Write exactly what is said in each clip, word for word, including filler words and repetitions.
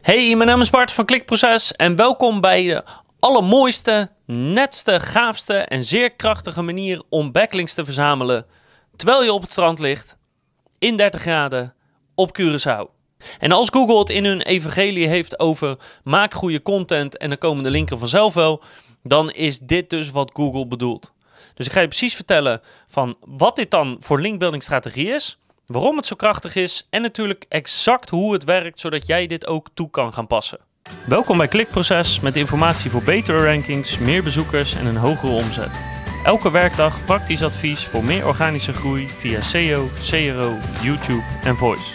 Hey, mijn naam is Bart van Klikproces en welkom bij de allermooiste, netste, gaafste en zeer krachtige manier om backlinks te verzamelen terwijl je op het strand ligt, in dertig graden, op Curaçao. En als Google het in hun evangelie heeft over maak goede content en dan komen de linken vanzelf wel, dan is dit dus wat Google bedoelt. Dus ik ga je precies vertellen van wat dit dan voor linkbuilding strategie is, waarom het zo krachtig is en natuurlijk exact hoe het werkt, zodat jij dit ook toe kan gaan passen. Welkom bij Klikproces met informatie voor betere rankings, meer bezoekers en een hogere omzet. Elke werkdag praktisch advies voor meer organische groei via S E O, C R O, YouTube en Voice.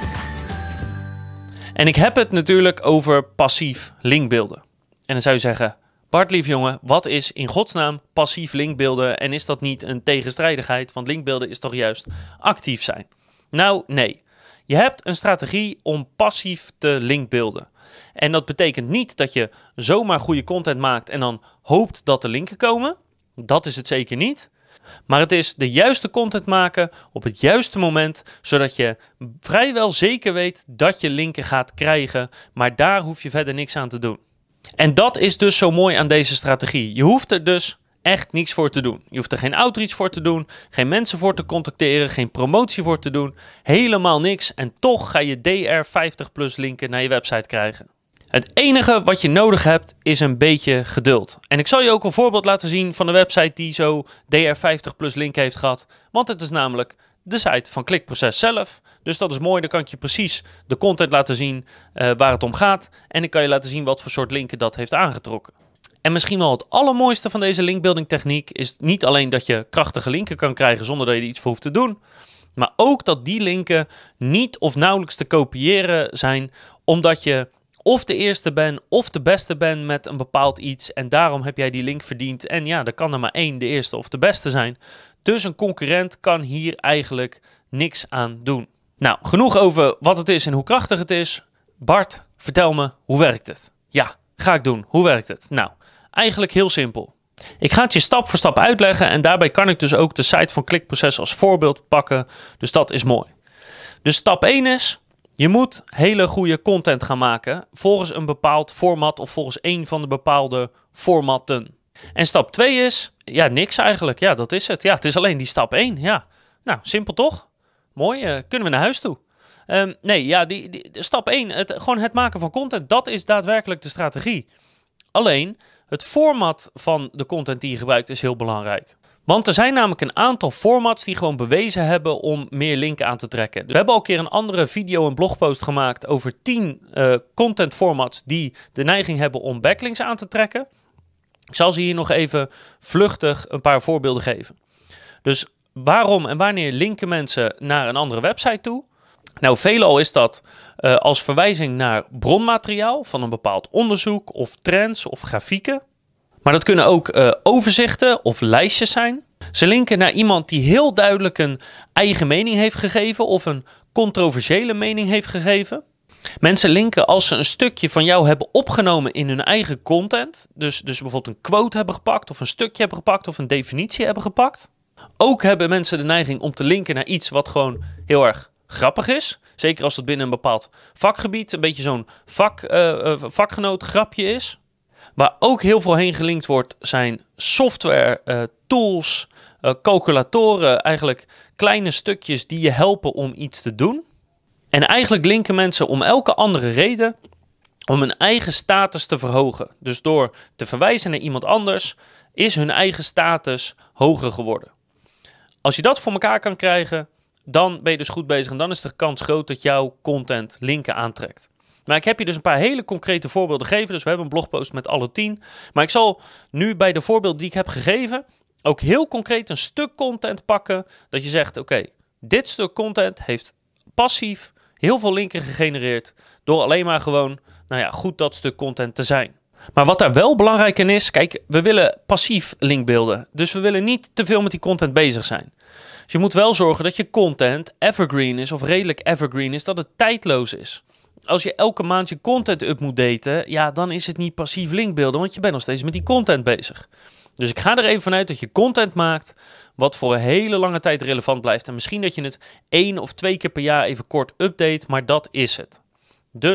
En ik heb het natuurlijk over passief linkbeelden. En dan zou je zeggen, Bart lief jongen, wat is in godsnaam passief linkbeelden en is dat niet een tegenstrijdigheid? Want linkbeelden is toch juist actief zijn? Nou, nee. Je hebt een strategie om passief te linkbeelden. En dat betekent niet dat je zomaar goede content maakt en dan hoopt dat er linken komen. Dat is het zeker niet. Maar het is de juiste content maken op het juiste moment, zodat je vrijwel zeker weet dat je linken gaat krijgen, maar daar hoef je verder niks aan te doen. En dat is dus zo mooi aan deze strategie. Je hoeft er dus echt niks voor te doen. Je hoeft er geen outreach voor te doen, geen mensen voor te contacteren, geen promotie voor te doen, helemaal niks. En toch ga je D R vijftig plus linken naar je website krijgen. Het enige wat je nodig hebt is een beetje geduld. En ik zal je ook een voorbeeld laten zien van een website die zo D R vijftig plus link heeft gehad. Want het is namelijk de site van Klikproces zelf. Dus dat is mooi, dan kan ik je precies de content laten zien uh, waar het om gaat. En ik kan je laten zien wat voor soort linken dat heeft aangetrokken. En misschien wel het allermooiste van deze linkbuilding techniek is niet alleen dat je krachtige linken kan krijgen zonder dat je er iets voor hoeft te doen. Maar ook dat die linken niet of nauwelijks te kopiëren zijn, omdat je of de eerste bent of de beste bent met een bepaald iets en daarom heb jij die link verdiend. En ja, er kan er maar één de eerste of de beste zijn. Dus een concurrent kan hier eigenlijk niks aan doen. Nou, genoeg over wat het is en hoe krachtig het is. Bart, vertel me, hoe werkt het? Ja, ga ik doen. Hoe werkt het? Nou, eigenlijk heel simpel. Ik ga het je stap voor stap uitleggen en daarbij kan ik dus ook de site van Klikproces als voorbeeld pakken. Dus dat is mooi. Dus stap één is, je moet hele goede content gaan maken volgens een bepaald format of volgens een van de bepaalde formatten. En stap twee is, ja, niks eigenlijk. Ja, dat is het. Ja, het is alleen die stap één. Ja, nou, simpel toch? Mooi, uh, kunnen we naar huis toe. Um, nee, ja, die, die, stap één, het, gewoon het maken van content, dat is daadwerkelijk de strategie. Alleen, het format van de content die je gebruikt is heel belangrijk. Want er zijn namelijk een aantal formats die gewoon bewezen hebben om meer linken aan te trekken. We hebben al een keer een andere video en blogpost gemaakt over tien uh, content formats die de neiging hebben om backlinks aan te trekken. Ik zal ze hier nog even vluchtig een paar voorbeelden geven. Dus waarom en wanneer linken mensen naar een andere website toe? Nou, veelal is dat uh, als verwijzing naar bronmateriaal van een bepaald onderzoek of trends of grafieken. Maar dat kunnen ook uh, overzichten of lijstjes zijn. Ze linken naar iemand die heel duidelijk een eigen mening heeft gegeven of een controversiële mening heeft gegeven. Mensen linken als ze een stukje van jou hebben opgenomen in hun eigen content. Dus, dus bijvoorbeeld een quote hebben gepakt of een stukje hebben gepakt of een definitie hebben gepakt. Ook hebben mensen de neiging om te linken naar iets wat gewoon heel erg grappig is. Zeker als het binnen een bepaald vakgebied een beetje zo'n vak, uh, vakgenoot grapje is. Waar ook heel veel heen gelinkt wordt zijn software, uh, tools, uh, calculatoren. Eigenlijk kleine stukjes die je helpen om iets te doen. En eigenlijk linken mensen om elke andere reden om hun eigen status te verhogen. Dus door te verwijzen naar iemand anders is hun eigen status hoger geworden. Als je dat voor elkaar kan krijgen, dan ben je dus goed bezig en dan is de kans groot dat jouw content linken aantrekt. Maar ik heb je dus een paar hele concrete voorbeelden gegeven. Dus we hebben een blogpost met alle tien. Maar ik zal nu bij de voorbeelden die ik heb gegeven ook heel concreet een stuk content pakken. Dat je zegt, oké, okay, dit stuk content heeft passief heel veel linken gegenereerd. Door alleen maar gewoon, nou ja, goed dat stuk content te zijn. Maar wat daar wel belangrijk in is, kijk, we willen passief linkbeelden. Dus we willen niet te veel met die content bezig zijn. Dus je moet wel zorgen dat je content evergreen is of redelijk evergreen is, dat het tijdloos is. Als je elke maand je content up moet daten, ja, dan is het niet passief linkbeelden, want je bent nog steeds met die content bezig. Dus ik ga er even vanuit dat je content maakt wat voor een hele lange tijd relevant blijft. En misschien dat je het één of twee keer per jaar even kort update, maar dat is het. Dus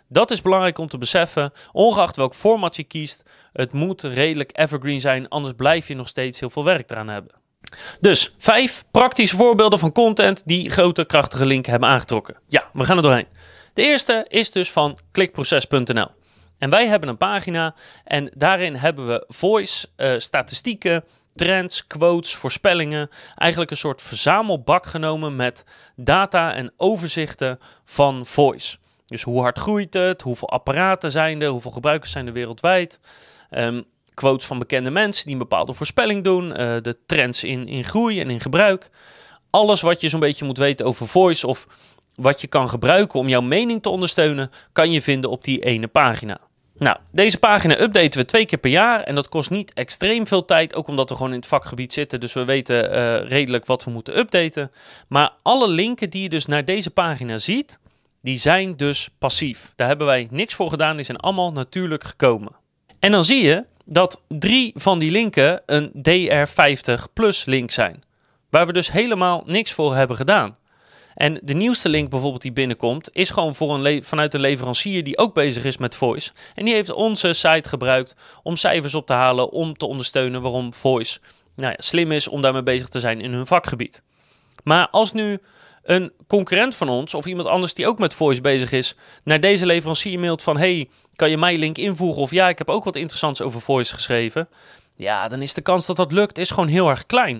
Dat is belangrijk om te beseffen, ongeacht welk format je kiest. Het moet redelijk evergreen zijn, anders blijf je nog steeds heel veel werk eraan hebben. Dus vijf praktische voorbeelden van content die grote krachtige linken hebben aangetrokken. Ja, we gaan er doorheen. De eerste is dus van klikproces punt n l. En wij hebben een pagina en daarin hebben we voice, uh, statistieken, trends, quotes, voorspellingen. Eigenlijk een soort verzamelbak genomen met data en overzichten van voice. Dus hoe hard groeit het, hoeveel apparaten zijn er, hoeveel gebruikers zijn er wereldwijd. Um, quotes van bekende mensen die een bepaalde voorspelling doen. Uh, de trends in, in groei en in gebruik. Alles wat je zo'n beetje moet weten over voice of wat je kan gebruiken om jouw mening te ondersteunen, kan je vinden op die ene pagina. Nou, deze pagina updaten we twee keer per jaar en dat kost niet extreem veel tijd, ook omdat we gewoon in het vakgebied zitten, dus we weten uh, redelijk wat we moeten updaten. Maar alle linken die je dus naar deze pagina ziet, die zijn dus passief. Daar hebben wij niks voor gedaan, die zijn allemaal natuurlijk gekomen. En dan zie je dat drie van die linken een D R vijftig plus link zijn, waar we dus helemaal niks voor hebben gedaan. En de nieuwste link bijvoorbeeld die binnenkomt, is gewoon voor een le- vanuit een leverancier die ook bezig is met voice. En die heeft onze site gebruikt om cijfers op te halen, om te ondersteunen waarom voice nou ja, slim is om daarmee bezig te zijn in hun vakgebied. Maar als nu een concurrent van ons of iemand anders die ook met voice bezig is, naar deze leverancier mailt van hey, kan je mijn link invoegen? Of ja, ik heb ook wat interessants over voice geschreven. Ja, dan is de kans dat dat lukt is gewoon heel erg klein.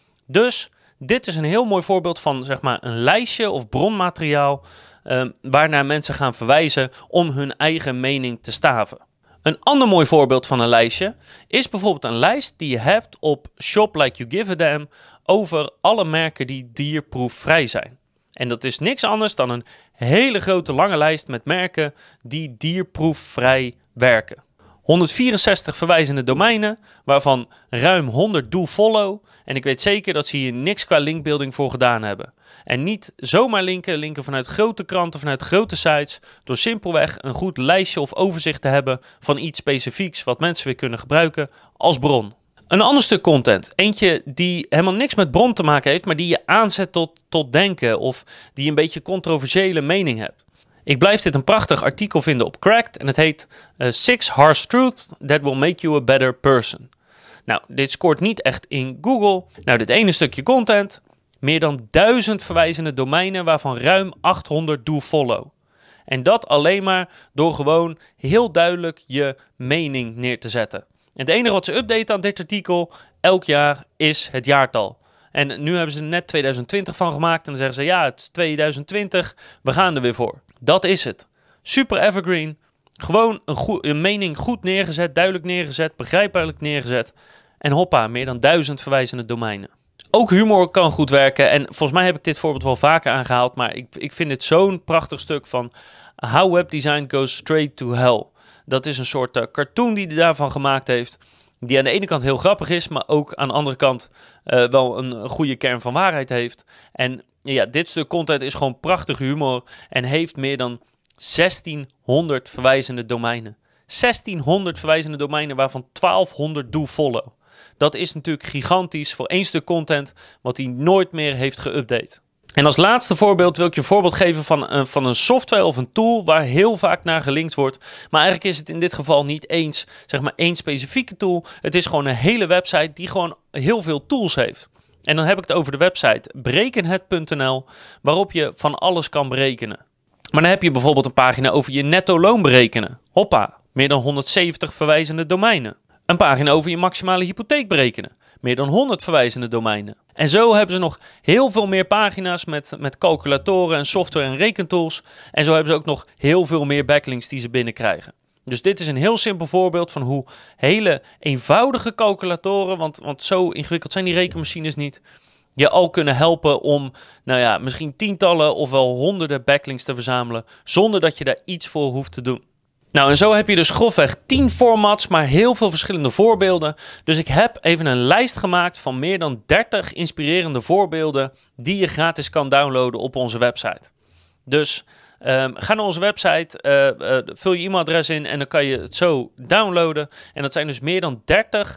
Dus dit is een heel mooi voorbeeld van zeg maar een lijstje of bronmateriaal uh, waarnaar mensen gaan verwijzen om hun eigen mening te staven. Een ander mooi voorbeeld van een lijstje is bijvoorbeeld een lijst die je hebt op Shop Like You Give a Damn over alle merken die dierproefvrij zijn. En dat is niks anders dan een hele grote lange lijst met merken die dierproefvrij werken. honderdvierenzestig verwijzende domeinen, waarvan ruim honderd do-follow. En ik weet zeker dat ze hier niks qua linkbuilding voor gedaan hebben. En niet zomaar linken, linken vanuit grote kranten, vanuit grote sites, door simpelweg een goed lijstje of overzicht te hebben van iets specifieks wat mensen weer kunnen gebruiken als bron. Een ander stuk content, eentje die helemaal niks met bron te maken heeft, maar die je aanzet tot, tot denken of die een beetje controversiële mening hebt. Ik blijf dit een prachtig artikel vinden op Cracked en het heet uh, Six Harsh Truths That Will Make You a Better Person. Nou, dit scoort niet echt in Google. Nou, dit ene stukje content, meer dan duizend verwijzende domeinen waarvan ruim achthonderd do-follow. En dat alleen maar door gewoon heel duidelijk je mening neer te zetten. En het enige wat ze updaten aan dit artikel elk jaar is het jaartal. En nu hebben ze er net tweeduizend twintig van gemaakt en dan zeggen ze ja, het is tweeduizend twintig, we gaan er weer voor. Dat is het. Super evergreen. Gewoon een, goed, een mening goed neergezet, duidelijk neergezet, begrijpelijk neergezet. En hoppa, meer dan duizend verwijzende domeinen. Ook humor kan goed werken. En volgens mij heb ik dit voorbeeld wel vaker aangehaald. Maar ik, ik vind dit zo'n prachtig stuk van How Webdesign Goes Straight to Hell. Dat is een soort uh, cartoon die hij daarvan gemaakt heeft. Die aan de ene kant heel grappig is, maar ook aan de andere kant uh, wel een goede kern van waarheid heeft. En ja, dit stuk content is gewoon prachtige humor en heeft meer dan zestienhonderd verwijzende domeinen. zestienhonderd verwijzende domeinen waarvan twaalfhonderd do-follow. Dat is natuurlijk gigantisch voor één stuk content wat hij nooit meer heeft geüpdate. En als laatste voorbeeld wil ik je een voorbeeld geven van een, van een software of een tool waar heel vaak naar gelinkt wordt. Maar eigenlijk is het in dit geval niet eens zeg maar één specifieke tool. Het is gewoon een hele website die gewoon heel veel tools heeft. En dan heb ik het over de website berekenhet punt n l, waarop je van alles kan berekenen. Maar dan heb je bijvoorbeeld een pagina over je netto loon berekenen. Hoppa, meer dan honderdzeventig verwijzende domeinen. Een pagina over je maximale hypotheek berekenen. Meer dan honderd verwijzende domeinen. En zo hebben ze nog heel veel meer pagina's met, met calculatoren en software en rekentools. En zo hebben ze ook nog heel veel meer backlinks die ze binnenkrijgen. Dus dit is een heel simpel voorbeeld van hoe hele eenvoudige calculatoren, want, want zo ingewikkeld zijn die rekenmachines niet, je al kunnen helpen om, nou ja, misschien tientallen of wel honderden backlinks te verzamelen, zonder dat je daar iets voor hoeft te doen. Nou, en zo heb je dus grofweg tien formats, maar heel veel verschillende voorbeelden. Dus ik heb even een lijst gemaakt van meer dan dertig inspirerende voorbeelden die je gratis kan downloaden op onze website. Dus um, ga naar onze website, uh, uh, vul je e-mailadres in en dan kan je het zo downloaden. En dat zijn dus meer dan dertig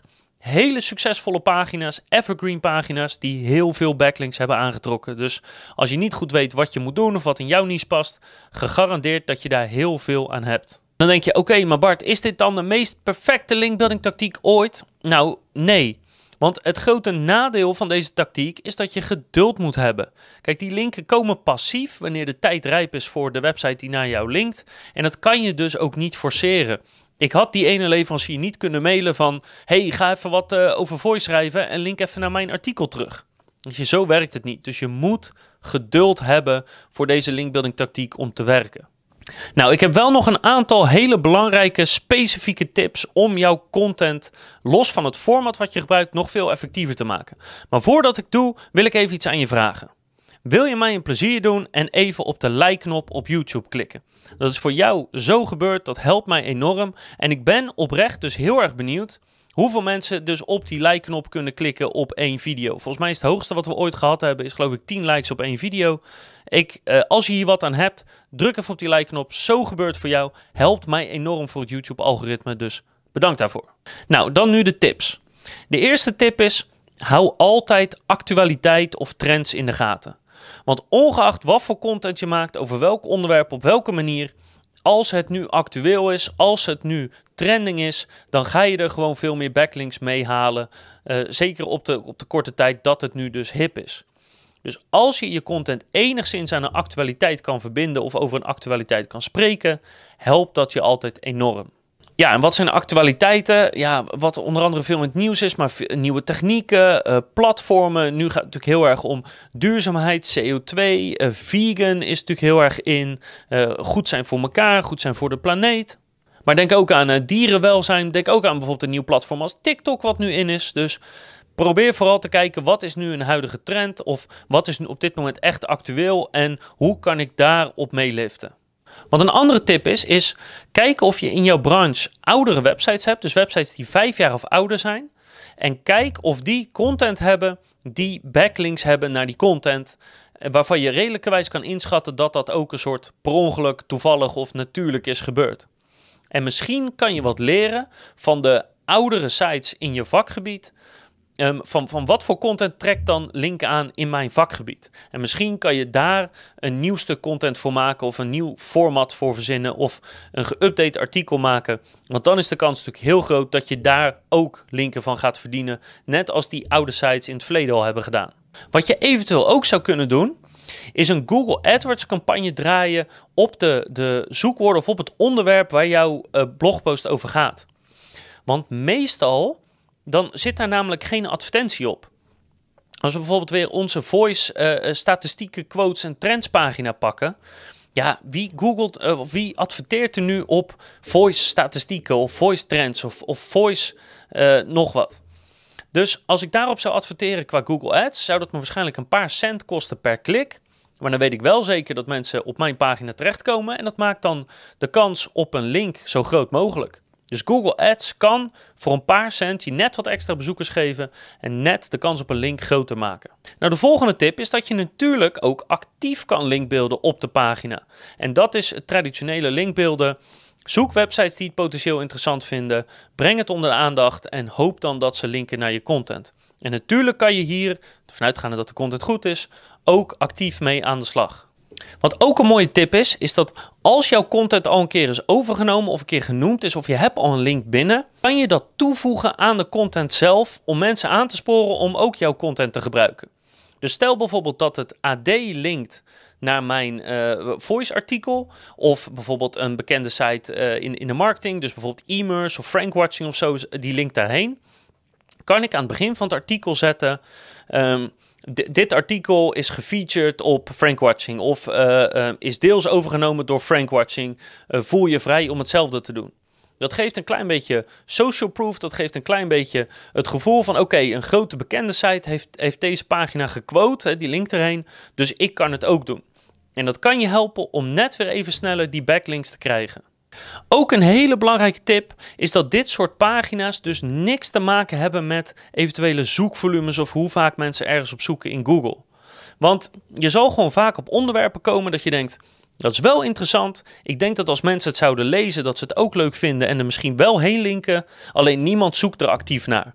hele succesvolle pagina's, evergreen pagina's, die heel veel backlinks hebben aangetrokken. Dus als je niet goed weet wat je moet doen of wat in jouw niche past, gegarandeerd dat je daar heel veel aan hebt. Dan denk je, oké, okay, maar Bart, is dit dan de meest perfecte linkbuilding tactiek ooit? Nou, nee. Want het grote nadeel van deze tactiek is dat je geduld moet hebben. Kijk, die linken komen passief wanneer de tijd rijp is voor de website die naar jou linkt. En dat kan je dus ook niet forceren. Ik had die ene leverancier niet kunnen mailen van, hey, ga even wat uh, over voice schrijven en link even naar mijn artikel terug. Dus je, zo werkt het niet. Dus je moet geduld hebben voor deze linkbuilding tactiek om te werken. Nou, ik heb wel nog een aantal hele belangrijke specifieke tips om jouw content, los van het format wat je gebruikt, nog veel effectiever te maken. Maar voordat ik doe, wil ik even iets aan je vragen. Wil je mij een plezier doen en even op de like-knop op YouTube klikken? Dat is voor jou zo gebeurd, dat helpt mij enorm. En ik ben oprecht dus heel erg benieuwd hoeveel mensen dus op die like-knop kunnen klikken op één video. Volgens mij is het hoogste wat we ooit gehad hebben, is geloof ik tien likes op één video. Ik, uh, als je hier wat aan hebt, druk even op die like-knop. Zo gebeurt voor jou. Helpt mij enorm voor het YouTube-algoritme, dus bedankt daarvoor. Nou, dan nu de tips. De eerste tip is, hou altijd actualiteit of trends in de gaten. Want ongeacht wat voor content je maakt, over welk onderwerp, op welke manier, als het nu actueel is, als het nu trending is, dan ga je er gewoon veel meer backlinks mee halen. Uh, zeker op de, op de korte tijd dat het nu dus hip is. Dus als je je content enigszins aan een actualiteit kan verbinden of over een actualiteit kan spreken, helpt dat je altijd enorm. Ja, en wat zijn de actualiteiten? Ja, wat onder andere veel in het nieuws is, maar nieuwe technieken, uh, platformen. Nu gaat het natuurlijk heel erg om duurzaamheid, C O twee, uh, vegan is natuurlijk heel erg in. Uh, goed zijn voor elkaar, goed zijn voor de planeet. Maar denk ook aan uh, dierenwelzijn. Denk ook aan bijvoorbeeld een nieuw platform als TikTok wat nu in is. Dus probeer vooral te kijken wat is nu een huidige trend of wat is nu op dit moment echt actueel en hoe kan ik daarop meeliften. Want een andere tip is, is kijken of je in jouw branche oudere websites hebt. Dus websites die vijf jaar of ouder zijn. En kijk of die content hebben die backlinks hebben naar die content. Waarvan je redelijkerwijs kan inschatten dat dat ook een soort per ongeluk, toevallig of natuurlijk is gebeurd. En misschien kan je wat leren van de oudere sites in je vakgebied. Um, van, van wat voor content trekt dan linken aan in mijn vakgebied. En misschien kan je daar een nieuw stuk content voor maken of een nieuw format voor verzinnen of een geüpdate artikel maken. Want dan is de kans natuurlijk heel groot dat je daar ook linken van gaat verdienen. Net als die oude sites in het verleden al hebben gedaan. Wat je eventueel ook zou kunnen doen, is een Google AdWords campagne draaien op de, de zoekwoorden of op het onderwerp waar jouw uh, blogpost over gaat. Want meestal dan zit daar namelijk geen advertentie op. Als we bijvoorbeeld weer onze voice uh, statistieken, quotes en trends pagina pakken. Ja, wie googelt uh, of wie adverteert er nu op voice statistieken of voice trends of, of voice uh, nog wat. Dus als ik daarop zou adverteren qua Google Ads, zou dat me waarschijnlijk een paar cent kosten per klik. Maar dan weet ik wel zeker dat mensen op mijn pagina terechtkomen en dat maakt dan de kans op een link zo groot mogelijk. Dus Google Ads kan voor een paar cent je net wat extra bezoekers geven en net de kans op een link groter maken. Nou, de volgende tip is dat je natuurlijk ook actief kan linkbeelden op de pagina. En dat is het traditionele linkbeelden. Zoek websites die het potentieel interessant vinden, breng het onder de aandacht en hoop dan dat ze linken naar je content. En natuurlijk kan je hier, vanuitgaande dat de content goed is, ook actief mee aan de slag. Wat ook een mooie tip is, is dat als jouw content al een keer is overgenomen of een keer genoemd is of je hebt al een link binnen, kan je dat toevoegen aan de content zelf om mensen aan te sporen om ook jouw content te gebruiken. Dus stel bijvoorbeeld dat het A D linkt naar mijn uh, voice artikel of bijvoorbeeld een bekende site uh, in, in de marketing, dus bijvoorbeeld e-merse of Frankwatching of zo, die linkt daarheen. Kan ik aan het begin van het artikel zetten, Um, D- dit artikel is gefeatured op Frankwatching of uh, uh, is deels overgenomen door Frankwatching. Uh, voel je vrij om hetzelfde te doen. Dat geeft een klein beetje social proof. Dat geeft een klein beetje het gevoel van oké, okay, een grote bekende site heeft, heeft deze pagina gequote, hè, die linkt erheen. Dus ik kan het ook doen. En dat kan je helpen om net weer even sneller die backlinks te krijgen. Ook een hele belangrijke tip is dat dit soort pagina's dus niks te maken hebben met eventuele zoekvolumes of hoe vaak mensen ergens op zoeken in Google. Want je zal gewoon vaak op onderwerpen komen dat je denkt, dat is wel interessant. Ik denk dat als mensen het zouden lezen, dat ze het ook leuk vinden en er misschien wel heen linken. Alleen niemand zoekt er actief naar.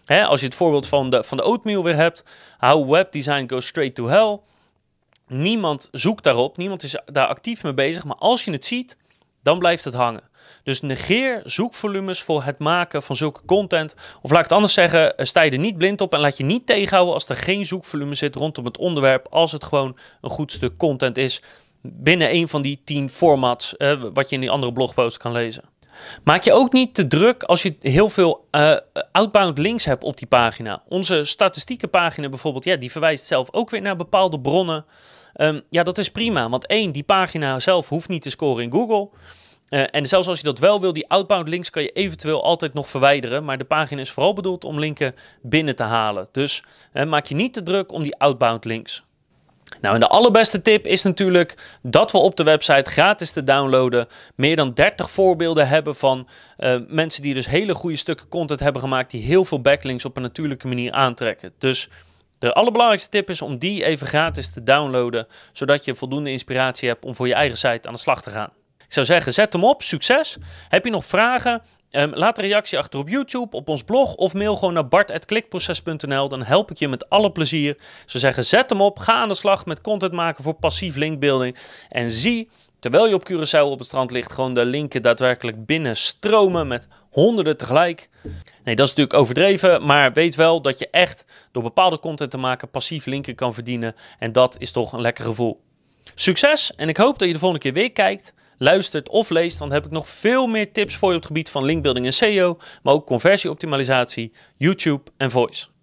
Hè, als je het voorbeeld van de, van de oatmeal weer hebt. How webdesign goes straight to hell. Niemand zoekt daarop. Niemand is daar actief mee bezig. Maar als je het ziet, dan blijft het hangen. Dus negeer zoekvolumes voor het maken van zulke content. Of laat ik het anders zeggen, sta je er niet blind op en laat je niet tegenhouden als er geen zoekvolume zit rondom het onderwerp. Als het gewoon een goed stuk content is binnen een van die tien formats eh, wat je in die andere blogpost kan lezen. Maak je ook niet te druk als je heel veel uh, outbound links hebt op die pagina. Onze statistiekenpagina bijvoorbeeld, ja, die verwijst zelf ook weer naar bepaalde bronnen. Um, ja, dat is prima, want één, die pagina zelf hoeft niet te scoren in Google. Uh, en zelfs als je dat wel wil, die outbound links kan je eventueel altijd nog verwijderen. Maar de pagina is vooral bedoeld om linken binnen te halen. Dus uh, maak je niet te druk om die outbound links. Nou, en de allerbeste tip is natuurlijk dat we op de website gratis te downloaden meer dan dertig voorbeelden hebben van uh, mensen die dus hele goede stukken content hebben gemaakt die heel veel backlinks op een natuurlijke manier aantrekken. Dus de allerbelangrijkste tip is om die even gratis te downloaden, zodat je voldoende inspiratie hebt om voor je eigen site aan de slag te gaan. Ik zou zeggen, zet hem op, succes. Heb je nog vragen? Um, laat een reactie achter op YouTube, op ons blog of mail gewoon naar bart at klikproces punt n l. Dan help ik je met alle plezier. Ik zou zeggen, zet hem op, ga aan de slag met content maken voor passief linkbuilding. En zie, terwijl je op Curaçao op het strand ligt, gewoon de linken daadwerkelijk binnenstromen met honderden tegelijk. Nee, dat is natuurlijk overdreven, maar weet wel dat je echt door bepaalde content te maken passief linken kan verdienen. En dat is toch een lekker gevoel. Succes en ik hoop dat je de volgende keer weer kijkt, luistert of leest, dan heb ik nog veel meer tips voor je op het gebied van linkbuilding en S E O, maar ook conversieoptimalisatie, YouTube en voice.